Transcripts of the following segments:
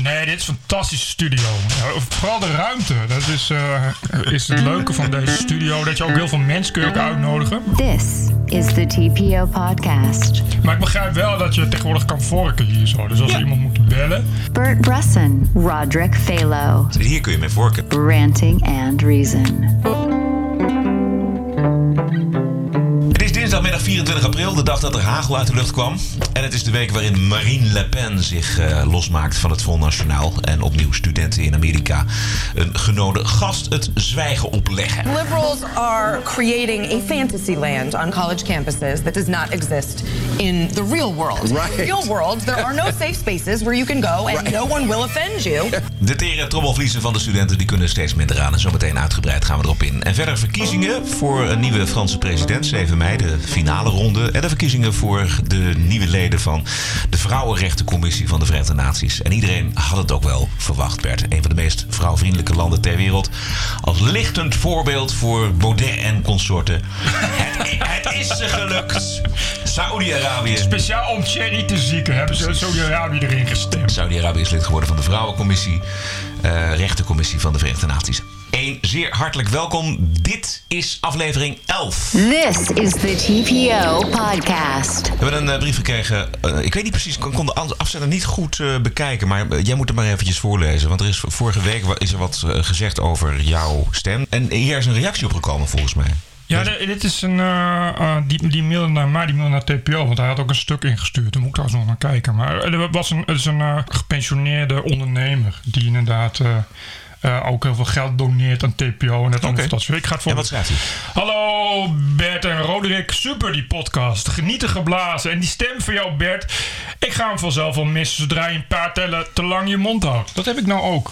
Nee, dit is een fantastische studio. Ja, vooral de ruimte. Dat is het leuke van deze studio. Dat je ook heel veel mensen kunt uitnodigen. This is the TPO podcast. Maar ik begrijp wel dat je tegenwoordig kan vorken hier zo. Dus als je iemand moet bellen. Bert Bresson, Roderick Phalo. Hier kun je mee vorken. Ranting and Reason. Het is dinsdagmiddag 24 april, de dag dat er hagel uit de lucht kwam. En het is de week waarin Marine Le Pen zich losmaakt van het Front National. En opnieuw studenten in Amerika een genode gast het zwijgen opleggen. Liberals are creating a fantasy land on college campuses that does not exist in the real world. Right. In the real world, there are no safe spaces where you can go and no one will offend you. De tere trommelvliezen van de studenten die kunnen steeds minder aan. En zometeen uitgebreid gaan we erop in. En verder verkiezingen voor een nieuwe Franse president, 7 mei, de finale ronde. En de verkiezingen voor de nieuwe leden van de Vrouwenrechtencommissie van de Verenigde Naties. En iedereen had het ook wel verwacht, Bert. Een van de meest vrouwvriendelijke landen ter wereld. Als lichtend voorbeeld voor Baudet en consorten. Het is ze gelukt. Saudi-Arabië. Speciaal om Thierry te zieken hebben ze Saudi-Arabië erin gestemd. Saudi-Arabië is lid geworden van de Vrouwencommissie, Rechtencommissie van de Verenigde Naties. Een zeer hartelijk welkom. Dit is aflevering 11. This is the TPO podcast. We hebben een brief gekregen. Ik weet niet precies, ik kon de afzender niet goed bekijken. Maar jij moet het maar eventjes voorlezen. Want vorige week is er wat gezegd over jouw stem. En hier is een reactie op gekomen volgens mij. Ja, dit is die mailde naar mij, die mailde naar TPO. Want hij had ook een stuk ingestuurd. Daar moet ik trouwens nog naar kijken. Maar het is een gepensioneerde ondernemer. Die inderdaad ook heel veel geld doneert aan TPO. En net okay. Dat soort. Ik ga het voor. En wat schrijft hij? Hallo Bert en Roderick. Super die podcast. Genieten geblazen. En die stem van jou Bert. Ik ga hem vanzelf wel missen zodra je een paar tellen te lang je mond houdt. Dat heb ik nou ook.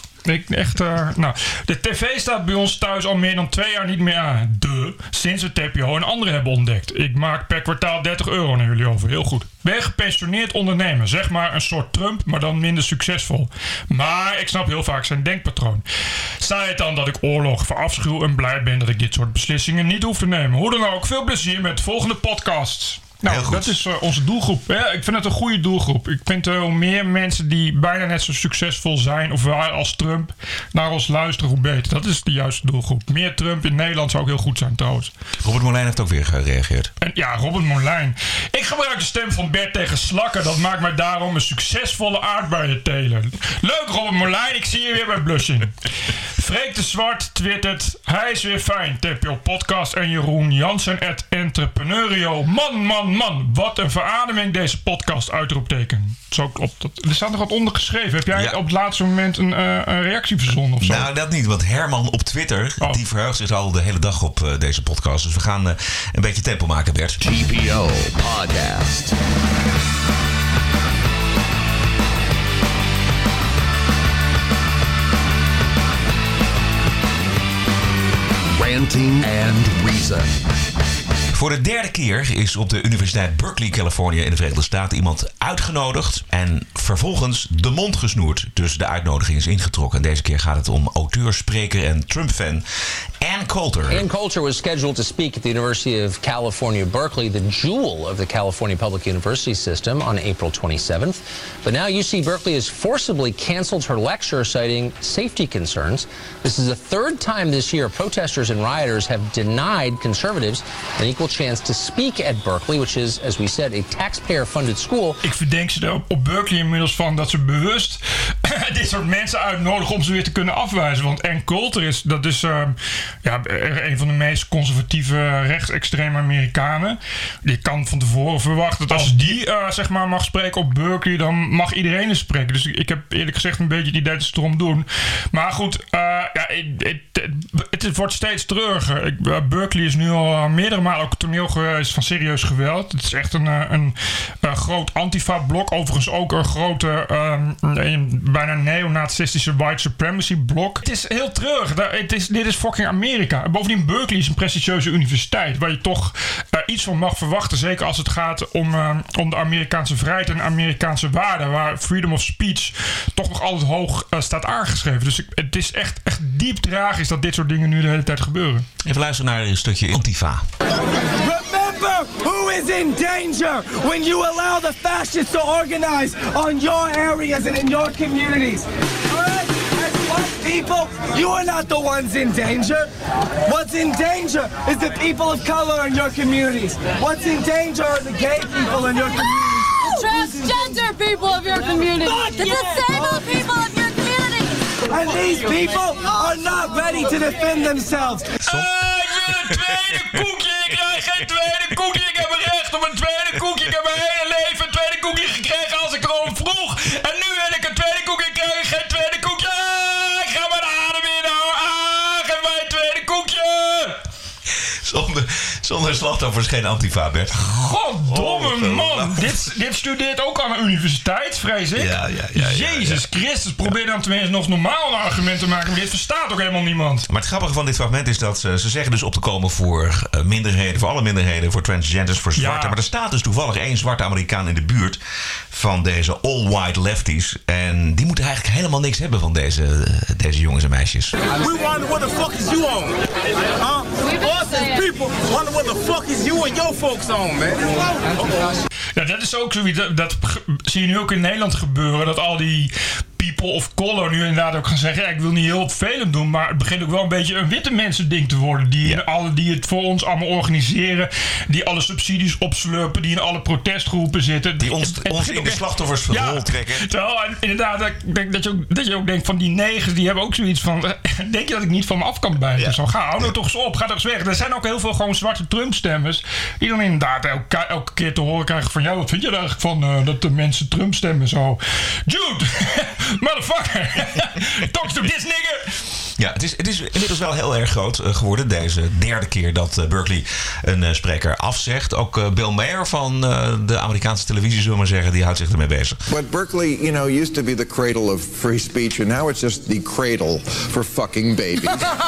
De tv staat bij ons thuis al meer dan 2 jaar niet meer aan. Sinds we TPO en anderen hebben ontdekt. Ik maak per kwartaal €30 naar jullie over. Heel goed. Ben gepensioneerd ondernemer. Zeg maar een soort Trump, maar dan minder succesvol. Maar ik snap heel vaak zijn denkpatroon. Zei het dan dat ik oorlog verafschuw en blij ben dat ik dit soort beslissingen niet hoef te nemen. Hoe dan ook, veel plezier met de volgende podcasts. Nou, dat is onze doelgroep. Ja, ik vind het een goede doelgroep. Ik vind hoe meer mensen die bijna net zo succesvol zijn of waren als Trump naar ons luisteren, hoe beter. Dat is de juiste doelgroep. Meer Trump in Nederland zou ook heel goed zijn trouwens. Robert Molijn heeft ook weer gereageerd. En ja, Robert Molijn. Ik gebruik de stem van Bert tegen slakken. Dat maakt mij daarom een succesvolle aardbeienteler. Leuk Robert Molijn, ik zie je weer bij Blushing. Freek de Zwart twittert. Hij is weer fijn. TPO Podcast en Jeroen Jansen @entrepreneurio. Man, wat een verademing deze podcast, uitroepteken. Zo klopt dat. Er staat nog wat onder geschreven. Heb jij op het laatste moment een reactie verzonnen of zo? Nou, dat niet, want Herman op Twitter, die verheugt zich al de hele dag op deze podcast. Dus we gaan een beetje tempo maken, Bert. TPO Podcast. Ranting and Reason. Voor de 3e keer is op de Universiteit Berkeley, Californië in de Verenigde Staten iemand uitgenodigd en vervolgens de mond gesnoerd. Dus de uitnodiging is ingetrokken. En deze keer gaat het om auteur, spreker en Trump-fan Ann Coulter. Ann Coulter was scheduled to speak at the University of California, Berkeley, the jewel of the California Public University system, on April 27th. But now UC Berkeley has forcibly canceled her lecture, citing safety concerns. This is the 3rd time this year protesters and rioters have denied conservatives an equal chance to speak at Berkeley, which is, as we said, a taxpayer-funded school. Ik verdenk ze er op Berkeley inmiddels van dat ze bewust dit soort mensen uitnodigen om ze weer te kunnen afwijzen. Want Ann Coulter is een van de meest conservatieve rechtsextreme Amerikanen. Je kan van tevoren verwachten dat als die mag spreken op Berkeley, dan mag iedereen eens spreken. Dus ik heb eerlijk gezegd een beetje het idee dat ze het erom doen. Maar goed, het wordt steeds treuriger. Berkeley is nu al meerdere malen ook toneel geweest van serieus geweld. Het is echt een groot antifa-blok. Overigens ook een grote, bijna neonazistische white supremacy-blok. Het is heel treurig. Dit is fucking Amerika. Bovendien, Berkeley is een prestigieuze universiteit waar je toch iets van mag verwachten. Zeker als het gaat om de Amerikaanse vrijheid en Amerikaanse waarden, waar freedom of speech toch nog altijd hoog staat aangeschreven. Dus het is echt diep tragisch dat dit soort dingen nu de hele tijd gebeuren. Even luisteren naar een stukje Antifa. Remember who is in danger when you allow the fascists to organize on your areas and in your communities. All right? As white people, you are not the ones in danger. What's in danger is the people of color in your communities. What's in danger are the gay people in your communities. The transgender people of your community. The disabled people of your community. And these people are not ready to defend themselves. Ik wil een tweede koekje. Ik krijg geen tweede koekje. Ik heb een recht op een tweede koekje. Ik heb mijn hele leven een tweede koekje gekregen als ik erom vroeg. En nu wil ik een tweede koekje. Ik krijg geen tweede koekje. Ik ga mijn adem inhouden. Geef mij een tweede koekje. Zonder slachtoffers geen Antifa, Bert. Goddomme man. Dit studeert ook aan de universiteit, vrees ik. Ja. Jezus Christus. Probeer dan tenminste nog normaal een argument te maken. Maar dit verstaat ook helemaal niemand. Maar het grappige van dit fragment is dat ze zeggen dus op te komen voor minderheden, voor alle minderheden, voor transgenders, voor zwarte. Ja. Maar er staat dus toevallig één zwarte Amerikaan in de buurt van deze all-white lefties. En die moeten eigenlijk helemaal niks hebben van deze jongens en meisjes. We wonder what the fuck is you on? Us as people wonder what the fuck is you and your folks on, man? Ja, dat is ook zoiets. Dat zie je nu ook in Nederland gebeuren. Dat al die people of color nu inderdaad ook gaan zeggen... Ja, ik wil niet heel vervelend doen... maar het begint ook wel een beetje een witte mensen ding te worden. Die het voor ons allemaal organiseren. Die alle subsidies opslurpen. Die in alle protestgroepen zitten. Die ons in de slachtoffers van de rol trekken. Terwijl inderdaad, dat je ook denkt van die negers... die hebben ook zoiets van... denk je dat ik niet van me af kan bijten? Ja. Zo, hou nou toch eens op, ga toch eens weg. Er zijn ook heel veel gewoon zwarte Trump-stemmers... die dan inderdaad elke keer te horen krijgen van... ja, wat vind je er eigenlijk van dat de mensen Trump stemmen? Zo, Jude, motherfucker, talk to this nigger. Ja, het is inmiddels wel heel erg groot geworden. Deze derde keer dat Berkeley een spreker afzegt. Ook Bill Maher van de Amerikaanse televisie, zullen we maar zeggen, die houdt zich ermee bezig. But Berkeley, used to be the cradle of free speech, and now it's just the cradle for fucking babies.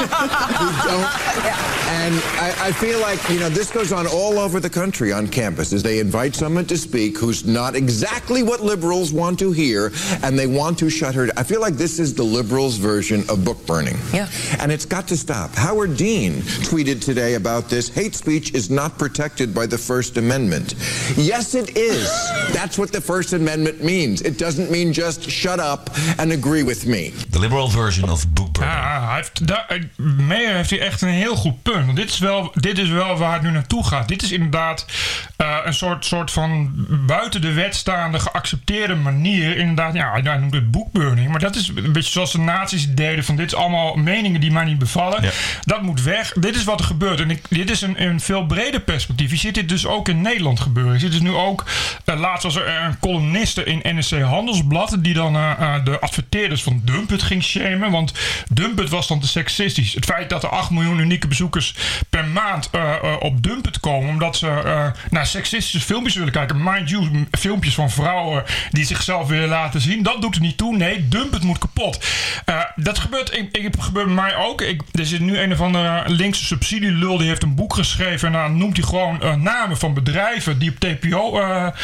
And I feel like, this goes on all over the country on campuses. They invite someone to speak who's not exactly what liberals want to hear, and they want to shut her down. I feel like this is the liberals' version of book burning. Yeah. And it's got to stop. Howard Dean tweeted today about this. Hate speech is not protected by the First Amendment. Yes, it is. That's what the First Amendment means. It doesn't mean just shut up and agree with me. The liberal version of book burning. Ja, Mayer heeft hier echt een heel goed punt. Want dit is wel waar het nu naartoe gaat. Dit is inderdaad een soort van buiten de wet staande geaccepteerde manier. Inderdaad, ja, hij noemt het bookburning. Maar dat is een beetje zoals de nazi's deden. Van dit is allemaal meningen die mij niet bevallen. Ja. Dat moet weg. Dit is wat er gebeurt. En dit is een veel breder perspectief. Je ziet dit dus ook in Nederland gebeuren. Je ziet dus nu ook... laatst was er een columniste in NRC Handelsblad... die dan de adverteerders van Dumpet ging shamen. Want Dumpet was dan te seksistisch. Het feit dat er 8 miljoen unieke bezoekers per maand op Dumpet komen... omdat ze naar seksistische filmpjes willen kijken. Mind you, filmpjes van vrouwen die zichzelf willen laten zien. Dat doet er niet toe. Nee, Dumpet moet kapot. Dat gebeurt bij mij ook. Er zit nu een of andere linkse subsidielul... die heeft een boek geschreven... en dan noemt hij gewoon namen van bedrijven... die op TPO...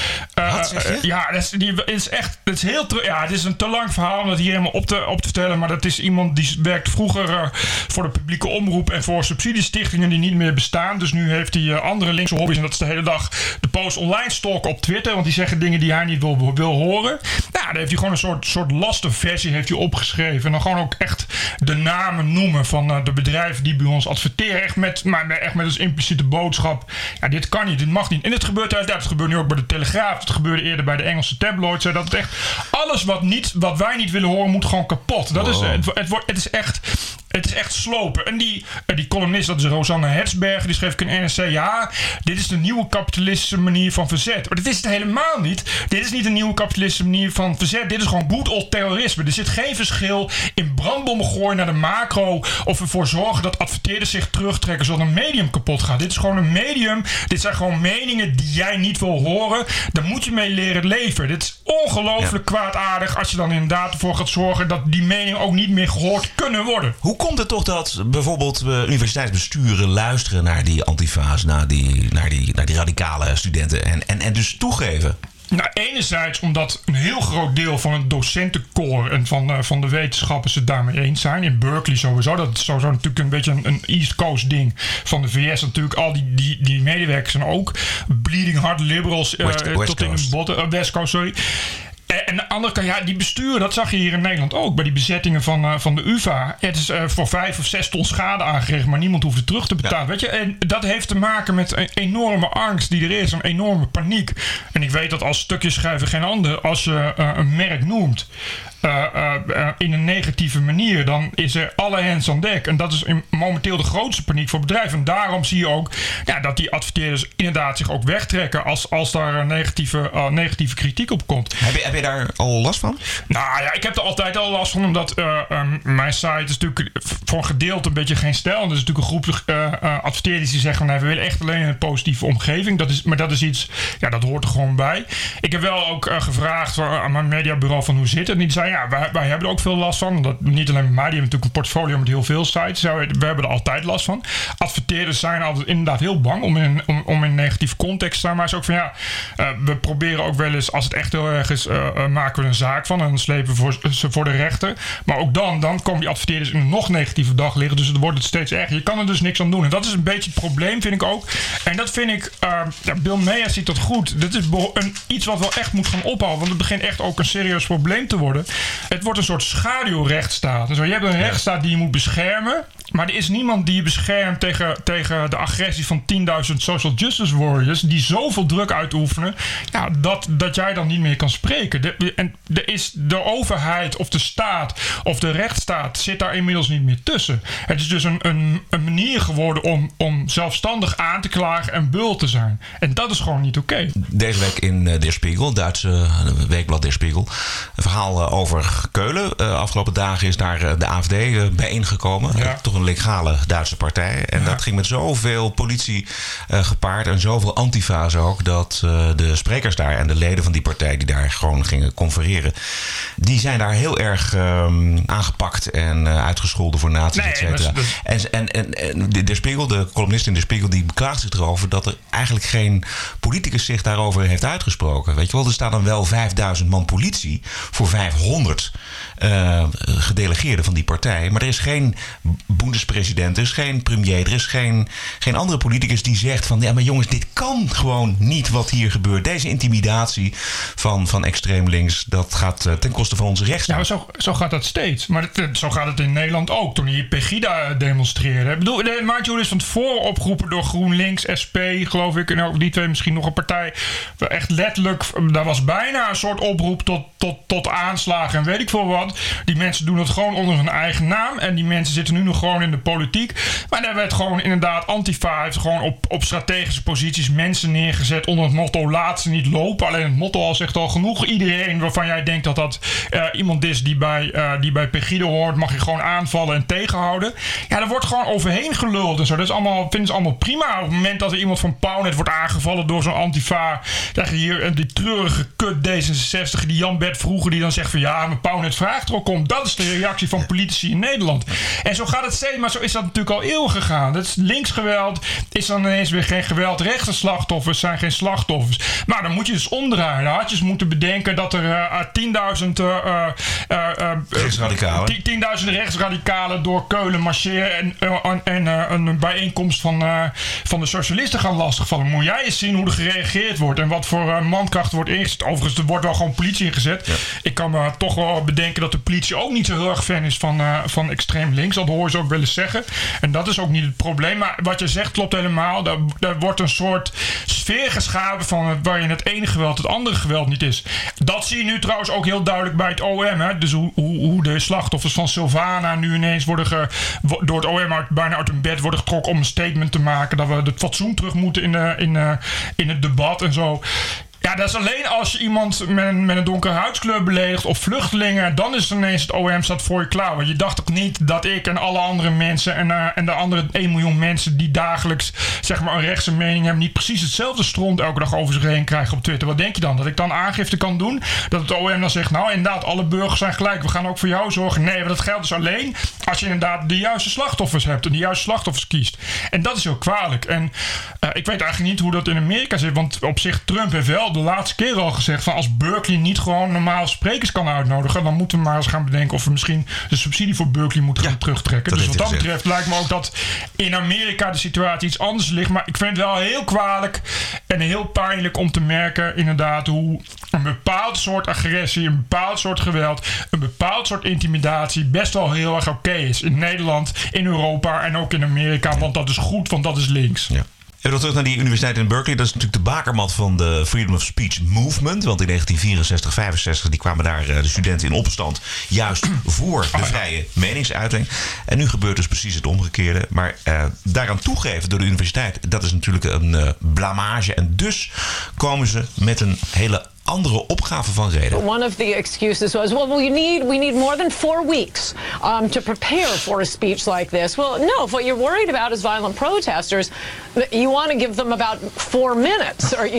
ja, het is een te lang verhaal... om dat hier helemaal op te vertellen... maar dat is iemand die werkt vroeger... voor de publieke omroep... en voor subsidiestichtingen die niet meer bestaan. Dus nu heeft hij andere linkse hobby's... en dat is de hele dag de post online stalken op Twitter... want die zeggen dingen die hij niet wil horen. Nou, daar heeft hij gewoon een soort lastenversie heeft hij opgeschreven... en dan gewoon ook echt de namen noemen van de bedrijven die bij ons adverteren. Echt met als impliciete boodschap. Ja, dit kan niet, dit mag niet. En dit gebeurt uiteraard. Het gebeurt nu ook bij de Telegraaf. Het gebeurde eerder bij de Engelse tabloids. Dat het echt alles wat wij niet willen horen moet gewoon kapot. Dat is, het is echt slopen. En die columnist, dat is Rosanne Hertzberger, die schreef ik in NRC... ja, dit is de nieuwe kapitalistische manier van verzet. Maar dit is het helemaal niet. Dit is niet een nieuwe kapitalistische manier van verzet. Dit is gewoon good old terrorisme. Er zit geen verschil in brandbommen gooien naar de macro... of ervoor zorgen dat adverteerders zich terugtrekken... zodat een medium kapot gaat. Dit is gewoon een medium. Dit zijn gewoon meningen die jij niet wil horen. Daar moet je mee leren leven. Dit is ongelooflijk kwaadaardig... als je dan inderdaad ervoor gaat zorgen... dat die meningen ook niet meer gehoord kunnen worden. Hoe komt het toch dat bijvoorbeeld universiteitsbesturen luisteren naar die antifa's, naar die radicale studenten en dus toegeven? Nou, enerzijds omdat een heel groot deel van het docentenkoor en van de wetenschappers het daarmee eens zijn. In Berkeley sowieso. Dat is sowieso natuurlijk een beetje een East Coast ding van de VS. Natuurlijk al die medewerkers zijn ook bleeding heart liberals tot in de botten. West Coast, sorry. En de andere kant, die besturen, dat zag je hier in Nederland ook. Bij die bezettingen van de UvA. Het is voor 5 of 6 ton schade aangericht, maar niemand hoeft het terug te betalen. Ja. Weet je? En dat heeft te maken met een enorme angst die er is. Een enorme paniek. En ik weet dat als stukjeschrijver geen ander, als je een merk noemt in een negatieve manier, dan is er alle hands aan dek. En dat is momenteel de grootste paniek voor bedrijven. En daarom zie je ook dat die adverteerders inderdaad zich ook wegtrekken als daar negatieve kritiek op komt. Heb je daar al last van? Nou ja, ik heb er altijd al last van, omdat mijn site is natuurlijk voor een gedeelte een beetje geen stijl. En er is natuurlijk een groep adverteerders die zeggen we willen echt alleen een positieve omgeving. Maar dat is iets, dat hoort er gewoon bij. Ik heb wel ook gevraagd aan mijn mediabureau van hoe zit het. En die zei wij hebben er ook veel last van. Dat, niet alleen bij mij, die hebben natuurlijk een portfolio met heel veel sites. We hebben er altijd last van. Adverteerders zijn altijd inderdaad heel bang om in negatieve context te staan. Maar het is ook van we proberen ook wel eens, als het echt heel erg is, maken we een zaak van en dan slepen we ze voor de rechter. Maar ook dan komen die adverteerders in een nog negatieve dag liggen. Dus dan wordt het steeds erger. Je kan er dus niks aan doen. En dat is een beetje het probleem, vind ik ook. En dat vind ik, Bill Maher ziet dat goed. Dit is iets wat wel echt moet gaan ophouden. Want het begint echt ook een serieus probleem te worden. Het wordt een soort schaduwrechtsstaat. Dus je hebt een rechtsstaat die je moet beschermen. Maar er is niemand die je beschermt tegen de agressie van 10.000 social justice warriors die zoveel druk uitoefenen dat jij dan niet meer kan spreken. De overheid of de staat of de rechtsstaat zit daar inmiddels niet meer tussen. Het is dus een manier geworden om zelfstandig aan te klagen en bul te zijn. En dat is gewoon niet oké. Deze week in Der Spiegel, Duitse weekblad Der Spiegel, een verhaal over Keulen. Afgelopen dagen is daar de AfD bijeengekomen. Toch een legale Duitse partij. En dat ging met zoveel politie gepaard en zoveel antifa's ook, dat de sprekers daar en de leden van die partij die daar gewoon gingen confereren, die zijn daar heel erg aangepakt en uitgescholden voor nazi's, et cetera. En de Spiegel, de columnist in De Spiegel, die beklaagt zich erover dat er eigenlijk geen politicus zich daarover heeft uitgesproken. Weet je wel, er staat dan wel 5000 man politie voor 500 gedelegeerden van die partij. Maar er is geen boendespresident, er is geen premier, er is geen andere politicus die zegt van maar jongens, dit kan gewoon niet wat hier gebeurt. Deze intimidatie van extreem links, dat gaat ten koste van onze rechtsstaat. Ja, maar zo gaat dat steeds. Maar zo gaat het in Nederland ook. Toen hier Pegida demonstreerde. Ik bedoel, de Maatje is van tevoren opgeroepen door GroenLinks, SP, geloof ik. En ook die twee misschien nog een partij. Echt letterlijk, daar was bijna een soort oproep tot aanslagen en weet ik veel wat. Die mensen doen het gewoon onder hun eigen naam. En die mensen zitten nu nog gewoon in de politiek. Maar daar werd gewoon inderdaad Antifa heeft gewoon op strategische posities mensen neergezet onder het motto laat ze niet lopen. Alleen het motto al zegt al genoeg. Iedereen waarvan jij denkt dat iemand is die bij Pegida hoort, mag je gewoon aanvallen en tegenhouden. Ja, daar wordt gewoon overheen geluld en zo. Dat is allemaal, vinden ze allemaal prima. Op het moment dat er iemand van Pownet wordt aangevallen door zo'n Antifa, zeg je hier die treurige kut D66, die Jan-Bert Vroeger, die dan zegt van maar Pownet vraagt er ook om. Dat is de reactie van politici in Nederland. En zo gaat het steeds, maar zo is dat natuurlijk al eeuwen gegaan. Dat is linksgeweld, is dan ineens weer geen geweld. Rechtse slachtoffers zijn geen slachtoffers. Maar dan moet je dus omdraaien. Dan had je dus moeten bedenken dat er 10.000 rechtsradicalen door Keulen marcheren en een bijeenkomst van de socialisten gaan lastigvallen. Moet jij eens zien hoe er gereageerd wordt en wat voor mankracht wordt ingezet. Overigens, er wordt wel gewoon politie ingezet. Ja. Ik kan me toch wel bedenken dat de politie ook niet zo heel erg fan is van extreem links. Dat hoor je ze ook wel eens zeggen. En dat is ook niet het probleem. Maar wat je zegt klopt helemaal. Daar wordt een soort sfeer geschapen van waarin het ene geweld het andere geweld niet is. Dat zie je nu trouwens ook heel duidelijk bij het OM. Hè? Dus hoe de slachtoffers van Sylvana nu ineens worden door het OM bijna uit hun bed worden getrokken om een statement te maken dat we het fatsoen terug moeten in het debat en zo. Ja, dat is alleen als je iemand met een donkere huidskleur beledigt of vluchtelingen, dan is ineens het OM staat voor je klaar. Want je dacht toch niet dat ik en alle andere mensen en de andere 1 miljoen mensen die dagelijks zeg maar een rechtse mening hebben, niet precies hetzelfde stront elke dag over zich heen krijgen op Twitter. Wat denk je dan? Dat ik dan aangifte kan doen? Dat het OM dan zegt, nou inderdaad, alle burgers zijn gelijk, we gaan ook voor jou zorgen. Nee, maar dat geldt dus alleen als je inderdaad de juiste slachtoffers hebt en de juiste slachtoffers kiest. En dat is heel kwalijk. En ik weet eigenlijk niet hoe dat in Amerika zit, want op zich Trump heeft wel de laatste keer al gezegd van als Berkeley niet gewoon normaal sprekers kan uitnodigen, dan moeten we maar eens gaan bedenken of we misschien de subsidie voor Berkeley moeten gaan terugtrekken. Dus wat dat betreft lijkt me ook dat in Amerika de situatie iets anders ligt. Maar ik vind het wel heel kwalijk en heel pijnlijk om te merken inderdaad hoe een bepaald soort agressie, een bepaald soort geweld, een bepaald soort intimidatie best wel heel erg oké is. In Nederland, in Europa en ook in Amerika. Want dat is goed, want dat is links. Ja. Even nog terug naar die universiteit in Berkeley. Dat is natuurlijk de bakermat van de Freedom of Speech Movement. Want in 1964, 65 die kwamen daar de studenten in opstand. Juist voor de vrije meningsuiting. En nu gebeurt dus precies het omgekeerde. Maar daaraan toegeven door de universiteit, dat is natuurlijk een blamage. En dus komen ze met een hele andere opgave van reden. One of the excuses was, well, we need more than 4 weeks to prepare for a speech like this. Well, no, if what you're worried about is violent protesters, you want to give them about 4 minutes or,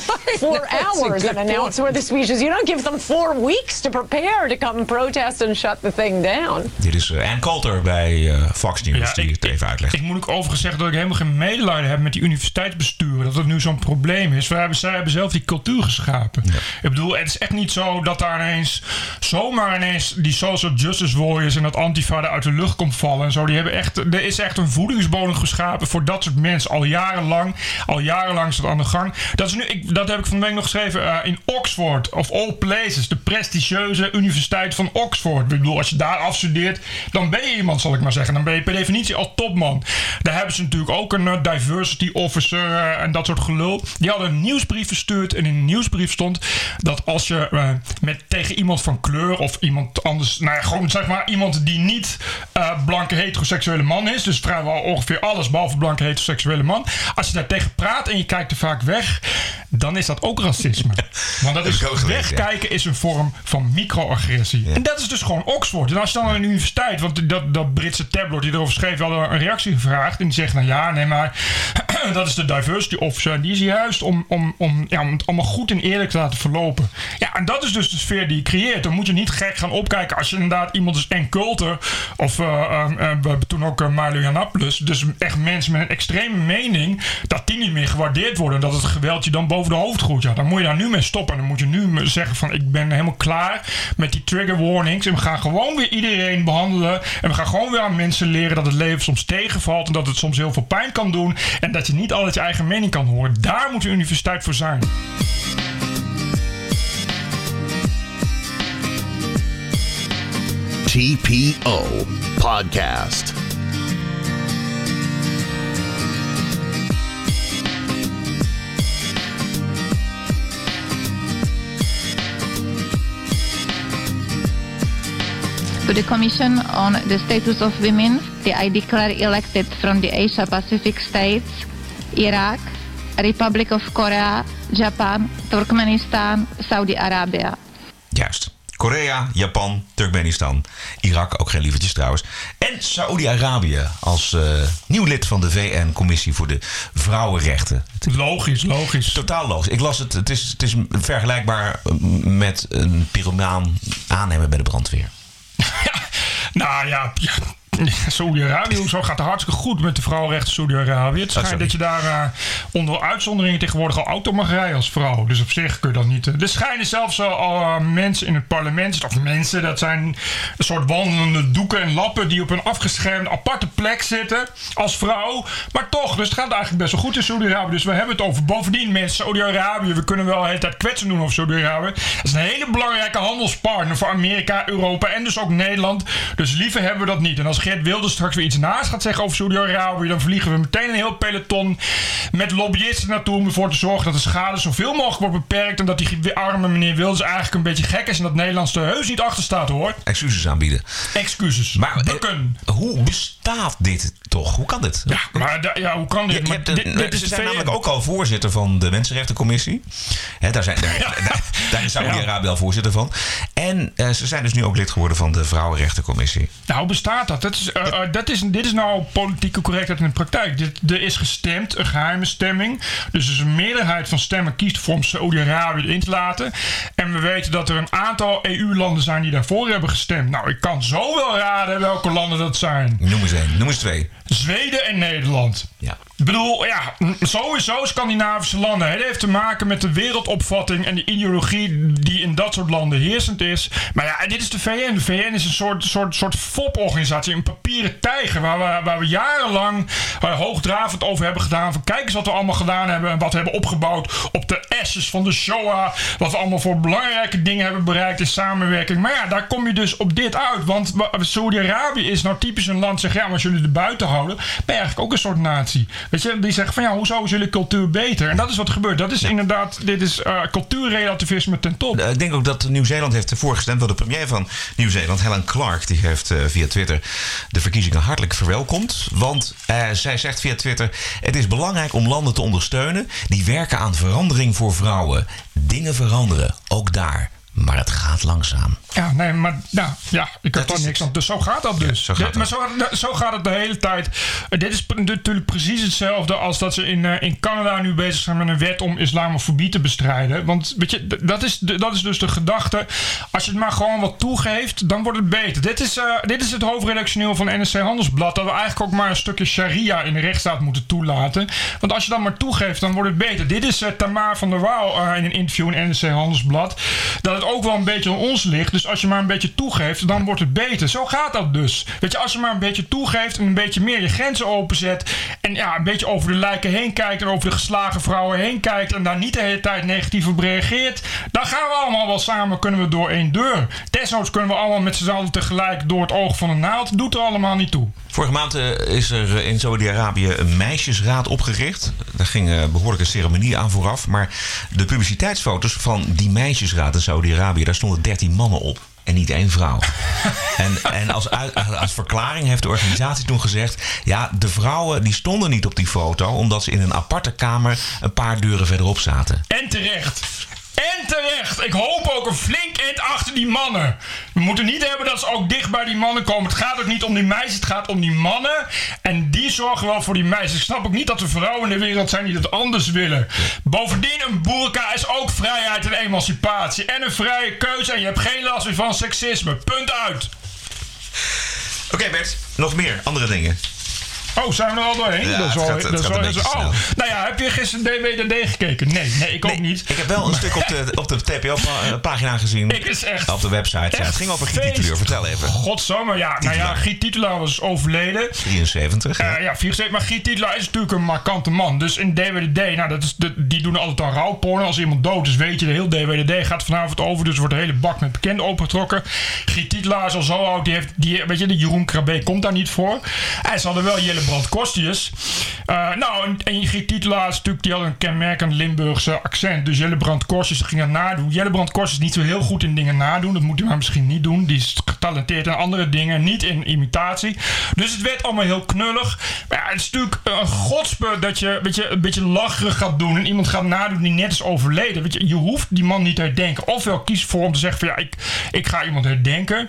4 hours and announce where the speech is. You don't give them 4 weeks to prepare to come protest and shut the thing down. Dit is Ann Coulter bij Fox News die het even uitlegt. Ik moet ook overigens zeggen dat ik helemaal geen medelijden heb met die universiteitsbesturen. Dat het nu zo'n probleem is. Zij hebben zelf die cultuur geschapen. Ja. Ik bedoel, het is echt niet zo dat daar zomaar ineens die social justice warriors en dat Antifa uit de lucht komt vallen en zo. Er is echt een voedingsbodem geschapen voor dat soort mensen. Al jarenlang is dat aan de gang. Dat heb ik van de week nog geschreven in Oxford, of all places. De prestigieuze universiteit van Oxford. Ik bedoel, als je daar afstudeert, dan ben je iemand, zal ik maar zeggen. Dan ben je per definitie al topman. Daar hebben ze natuurlijk ook een diversity officer en dat soort gelul. Die hadden een nieuwsbrief verstuurd en in de nieuwsbrief stond dat als je tegen iemand van kleur of iemand anders, gewoon zeg maar iemand die niet blanke heteroseksuele man is, dus vrijwel ongeveer alles behalve blanke heteroseksuele man, als je daar tegen praat en je kijkt er vaak weg, dan is dat ook racisme. Want dat is wegkijken is een vorm van microagressie. Ja. En dat is dus gewoon Oxford. En als je dan aan een universiteit, want dat Britse tabloid die erover schreef, hadden een reactie gevraagd en die zegt maar dat is de diversity officer en die is juist om het allemaal goed en eerlijk te laten verlopen. Ja, en dat is dus de sfeer die je creëert. Dan moet je niet gek gaan opkijken als je inderdaad iemand is Ann Coulter of we hebben toen ook Milo Yiannopoulos, dus echt mensen met een extreme mening, dat die niet meer gewaardeerd worden en dat het geweld je dan boven de hoofd groeit. Ja, dan moet je daar nu mee stoppen. En dan moet je nu zeggen van ik ben helemaal klaar met die trigger warnings en we gaan gewoon weer iedereen behandelen en we gaan gewoon weer aan mensen leren dat het leven soms tegenvalt en dat het soms heel veel pijn kan doen en dat je niet altijd je eigen mening kan horen. Daar moet de universiteit voor zijn. TPO Podcast. To the Commission on the Status of Women, I declare elected from the Asia-Pacific states, Iraq, Republic of Korea, Japan, Turkmenistan, Saudi Arabia. Juist. Korea, Japan, Turkmenistan, Irak, ook geen lievertjes trouwens. En Saoedi-Arabië als nieuw lid van de VN-commissie voor de vrouwenrechten. Logisch. Totaal logisch. Ik las het. Het is vergelijkbaar met een pyromaan aannemen bij de brandweer. Saoedi-Arabië, zo gaat het hartstikke goed met de vrouwenrechten Saoedi-Arabië. Het schijnt dat je daar onder uitzonderingen tegenwoordig al auto mag rijden als vrouw. Dus op zich kun je dat niet. Er schijnen zelfs al mensen in het parlement, of mensen, dat zijn een soort wandelende doeken en lappen die op een afgeschermde aparte plek zitten als vrouw. Maar toch, dus het gaat eigenlijk best wel goed in Saoedi-Arabië. Dus we hebben het over bovendien mensen Saoedi-Arabië. We kunnen wel de hele tijd kwetsen doen over Saoedi-Arabië. Dat is een hele belangrijke handelspartner voor Amerika, Europa en dus ook Nederland. Dus liever hebben we dat niet. En als Geert Wilders straks weer iets naast gaat zeggen over Saoedi-Arabië, dan vliegen we meteen een heel peloton met lobbyisten naartoe om ervoor te zorgen dat de schade zoveel mogelijk wordt beperkt en dat die arme meneer Wilders eigenlijk een beetje gek is en dat Nederland er heus niet achter staat, hoor. Excuses aanbieden. Excuses. Maar hoe bestaat dit toch? Hoe kan dit? Hoe kan dit? Ze zijn namelijk ook al voorzitter van de Mensenrechtencommissie. Daar is Saoedi-Arabië al voorzitter van. En ze zijn dus nu ook lid geworden van de Vrouwenrechtencommissie. Nou, hoe bestaat dat? Dit is nou politieke correctheid in de praktijk. Er is gestemd, een geheime stemming. Dus een meerderheid van stemmen kiest om Saoedi-Arabië in te laten. En we weten dat er een aantal EU-landen zijn die daarvoor hebben gestemd. Nou, ik kan zo wel raden welke landen dat zijn. Noem eens 1. Noem eens 2. Zweden en Nederland. Ja. Ik bedoel, ja, sowieso Scandinavische landen. Het heeft te maken met de wereldopvatting en de ideologie die in dat soort landen heersend is. Maar ja, dit is de VN. De VN is een soort foporganisatie, een papieren tijger waar we jarenlang hoogdravend over hebben gedaan. Van kijk eens wat we allemaal gedaan hebben en wat we hebben opgebouwd op de ashes van de Shoah. Wat we allemaal voor belangrijke dingen hebben bereikt in samenwerking. Maar ja, daar kom je dus op dit uit. Want Saudi-Arabië is nou typisch een land, zeg ja, maar als jullie er buiten houden, ben je eigenlijk ook een soort natie. Weet je, die zeggen van ja, hoezo is jullie cultuur beter? En dat is wat gebeurt. Dat is inderdaad, dit is cultuurrelativisme ten top. Ik denk ook dat Nieuw-Zeeland heeft voorgestemd. Want de premier van Nieuw-Zeeland, Helen Clark, die heeft via Twitter de verkiezingen hartelijk verwelkomd. Want zij zegt via Twitter: het is belangrijk om landen te ondersteunen die werken aan verandering voor vrouwen. Dingen veranderen, ook daar. Maar het gaat langzaam. Ja, nee, maar ja, ik heb daar niks aan. Dus zo gaat dat dus. Ja, zo gaat het de hele tijd. Dit is natuurlijk precies hetzelfde als dat ze in Canada nu bezig zijn met een wet om islamofobie te bestrijden. Want weet je, dat is dus de gedachte. Als je het maar gewoon wat toegeeft, dan wordt het beter. Dit is het hoofdredactioneel van NRC Handelsblad. Dat we eigenlijk ook maar een stukje sharia in de rechtsstaat moeten toelaten. Want als je dat maar toegeeft, dan wordt het beter. Dit is Tamar van der Waal in een interview in NRC Handelsblad. Dat het ook wel een beetje aan ons ligt. Dus als je maar een beetje toegeeft, dan wordt het beter. Zo gaat dat dus. Weet je, als je maar een beetje toegeeft en een beetje meer je grenzen openzet en ja, een beetje over de lijken heen kijkt en over de geslagen vrouwen heen kijkt en daar niet de hele tijd negatief op reageert, dan gaan we allemaal wel samen, kunnen we door één deur. Desnoods kunnen we allemaal met z'n allen tegelijk door het oog van een naald. Doet er allemaal niet toe. Vorige maand is er in Saudi-Arabië een meisjesraad opgericht. Daar ging een behoorlijke ceremonie aan vooraf. Maar de publiciteitsfoto's van die meisjesraad in Saudi-Arabië, daar stonden 13 mannen op. En niet 1 vrouw. En als verklaring heeft de organisatie toen gezegd: ja, de vrouwen die stonden niet op die foto omdat ze in een aparte kamer een paar deuren verderop zaten. En terecht. En terecht. Ik hoop ook een flink eind achter die mannen. We moeten niet hebben dat ze ook dicht bij die mannen komen. Het gaat ook niet om die meisjes, het gaat om die mannen. En die zorgen wel voor die meisjes. Ik snap ook niet dat er vrouwen in de wereld zijn die dat anders willen. Bovendien, een burka is ook vrijheid en emancipatie. En een vrije keuze. En je hebt geen last meer van seksisme. Punt uit. Oké, Bert. Nog meer andere dingen. Oh, zijn we er al doorheen? Ja, nou ja, heb je gisteren DWDD gekeken? Nee, ik ook niet. Ik heb wel een stuk op de TPO-pagina gezien. Ik is echt op de website. Ja, het ging over Giet Titulaar. Vertel even. Godsamme, ja. Nou ja, Giet Titulaar was overleden. 73. Ja, 74. Maar Giet Titulaar is natuurlijk een markante man. Dus in DWDD, nou, die doen altijd al rouwporno. Als iemand dood is, weet je, de hele DWDD gaat vanavond over. Dus wordt de hele bak met bekenden opengetrokken. Giet Titulaar is al zo oud. Weet je, de Jeroen Krabbe komt daar niet voor. Hij zal er wel Jellebrand Kostjes. En Giet Titulaar is natuurlijk, die had een kenmerkend Limburgse accent. Dus Jellebrand Kostjes ging dat nadoen. Jellebrand Kostjes is niet zo heel goed in dingen nadoen. Dat moet hij maar misschien niet doen. Die is getalenteerd in andere dingen, niet in imitatie. Dus het werd allemaal heel knullig. Maar ja, het is natuurlijk een godspe dat je een beetje lacherig gaat doen en iemand gaat nadoen die net is overleden. Weet je hoeft die man niet te herdenken. Ofwel kies voor om te zeggen van ja, ik ga iemand herdenken.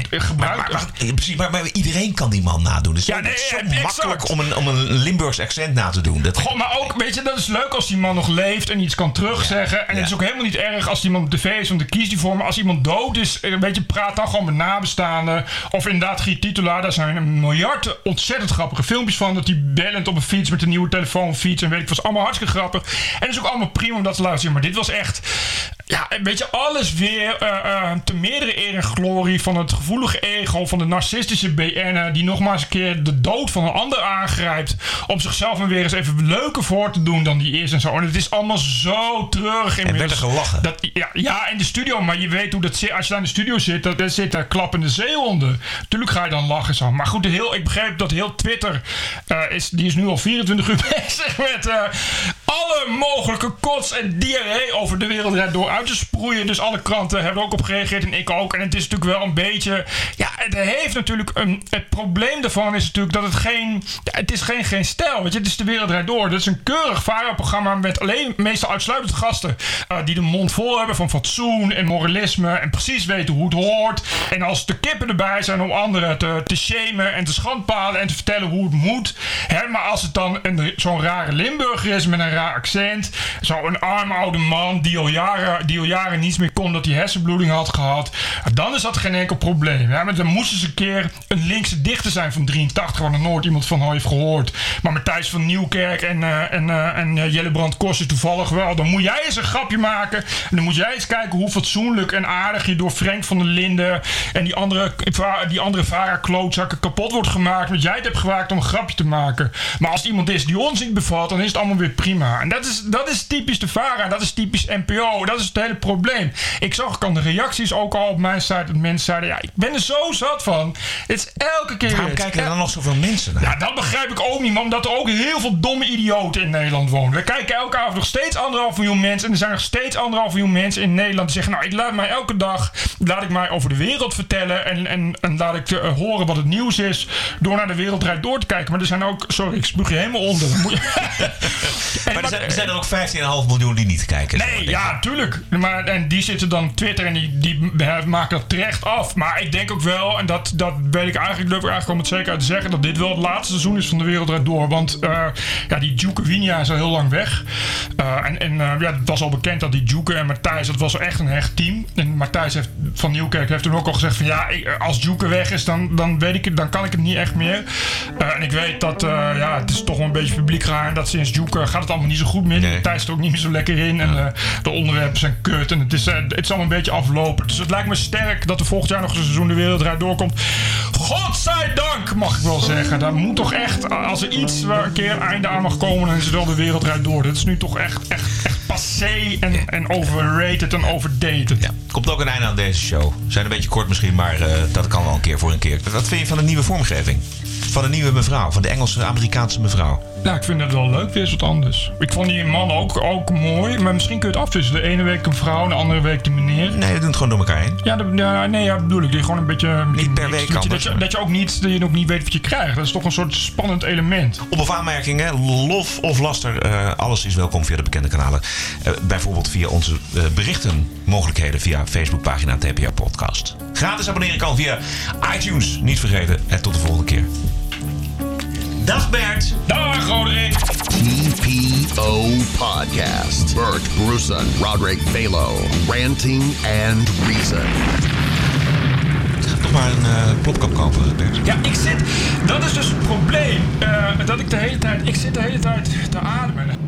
Maar iedereen kan die man nadoen. Dus het is zo makkelijk om een Limburgs accent na te doen. Maar ook, weet je, dat is leuk als die man nog leeft en iets kan terugzeggen. En het is ook helemaal niet erg als iemand op tv is, want dan kiest hij voor. Maar als iemand dood is, weet je, praat dan gewoon met nabestaanden. Of inderdaad, Giet Titulaar, daar zijn een miljard ontzettend grappige filmpjes van. Dat hij bellend op een fiets met een nieuwe telefoonfiets en weet ik, was allemaal hartstikke grappig. En het is ook allemaal prima om dat te laten zien. Maar dit was echt, ja, weet je, alles weer te meerdere eer en glorie van het gevoelige ego, van de narcistische BN'er die nogmaals een keer de dood van een ander aangrijpt om zichzelf maar weer eens even leuker voor te doen dan die is en zo. En het is allemaal zo treurig inmiddels. En werd er gelachen. Ja, in de studio, maar je weet hoe dat zit. Als je daar in de studio zit, dan zitten klappende zeehonden. Tuurlijk ga je dan lachen zo. Maar goed, ik begreep dat heel Twitter die is nu al 24 uur bezig met alle mogelijke kots en diarree over de wereld door uit te sproeien. Dus alle kranten hebben er ook op gereageerd en ik ook. En het is natuurlijk wel een beetje, ja, het heeft natuurlijk het probleem daarvan is natuurlijk dat het is geen stijl, weet je. Het is de wereld draait door. Het is een keurig VARA-programma met meestal uitsluitend gasten die de mond vol hebben van fatsoen en moralisme en precies weten hoe het hoort. En als de kippen erbij zijn om anderen te shamen en te schandpalen en te vertellen hoe het moet. Maar als het dan zo'n rare Limburger is met een raar accent. Zo'n arm oude man die al jaren niets meer kon omdat hij hersenbloeding had gehad. Dan is dat geen enkel probleem. Ja? Maar dan moesten ze een keer een linkse dichter zijn van 83, waar nog nooit iemand van heeft gehoord. Maar Matthijs van Nieuwkerk en Jellebrand Kors is toevallig wel. Dan moet jij eens een grapje maken. En dan moet jij eens kijken hoe fatsoenlijk en aardig je door Frank van der Linden en die andere VARA-klootzakken kapot wordt gemaakt. Want jij het hebt gemaakt om een grapje te maken. Maar als iemand is die ons niet bevat, dan is het allemaal weer prima. En dat is typisch de VARA. Dat is typisch NPO. Dat is het hele probleem. Ik zag aan de reacties ook al op mijn site dat mensen zeiden, ja, ik ben er zo zat van. Het is elke keer. Waarom kijken er dan nog zoveel mensen naar? Ja, dat begrijp ik ook niet, maar omdat er ook heel veel domme idioten in Nederland wonen. We kijken elke avond nog steeds 1,5 miljoen mensen. En er zijn nog steeds 1,5 miljoen mensen in Nederland die zeggen, nou, ik laat mij elke dag over de wereld vertellen en laat ik horen wat het nieuws is door naar de Wereld Draait Door te kijken. Maar er zijn ook, sorry, ik spuug je helemaal onder. Maar er zijn er ook 15,5 miljoen die niet kijken. Nee, ja, tuurlijk. En die zitten dan op Twitter en die maken dat terecht af. Maar ik denk ook wel, en dat weet ik eigenlijk, durf ik eigenlijk al met zekerheid te zeggen, dat dit wel het laatste seizoen is van de Wereld Draait Door. Want die Djoeke Winja is al heel lang weg. Het was al bekend dat die Djoeke en Matthijs, dat was echt een hecht team. En Matthijs van Nieuwkerk heeft toen ook al gezegd van ja, als Djoeke weg is, dan weet ik het, dan kan ik het niet echt meer. En ik weet dat, het is toch wel een beetje publiek raar. Dat sinds Djoeke gaat het allemaal niet zo goed meer. Nee. Matthijs er ook niet meer zo lekker in. En de onderwerpen zijn kut. En het is allemaal een beetje aflopen. Dus het lijkt me sterk dat er volgend jaar nog een seizoen de Wereld Draait Door komt. Godzijdank, mag ik wel zeggen. Dat moet toch echt, als er iets waar een keer einde aan mag komen, dan is het wel de Wereld Draait Door. Dit is nu toch echt passé en overrated en overdated. Ja, komt ook een einde aan deze show. We zijn een beetje kort misschien, maar dat kan wel een keer voor een keer. Wat vind je van de nieuwe vormgeving? Van de nieuwe mevrouw, van de Engelse-Amerikaanse mevrouw? Ja, ik vind het wel leuk, weer eens wat anders. Ik vond die man ook mooi, maar misschien kun je het afwisselen. De ene week een vrouw, de andere week de meneer. Nee, we doen het gewoon door elkaar heen. Bedoel ik. Die gewoon een beetje... Niet per week anders. Dat je ook niet weet wat je krijgt. Dat is toch een soort spannend element. Op of aanmerkingen, lof of laster, alles is welkom via de bekende kanalen. Bijvoorbeeld via onze berichtenmogelijkheden via Facebookpagina TPO Podcast. Gratis abonneren kan via iTunes. Niet vergeten. En tot de volgende keer. Dag Bert. Dag Roderick. TPO Podcast. Bert Brussen, Roderick Balo, Ranting and Reason. Ga toch maar een plopkap kopen, Bert. Ja, dat is dus het probleem. Ik zit de hele tijd te ademen.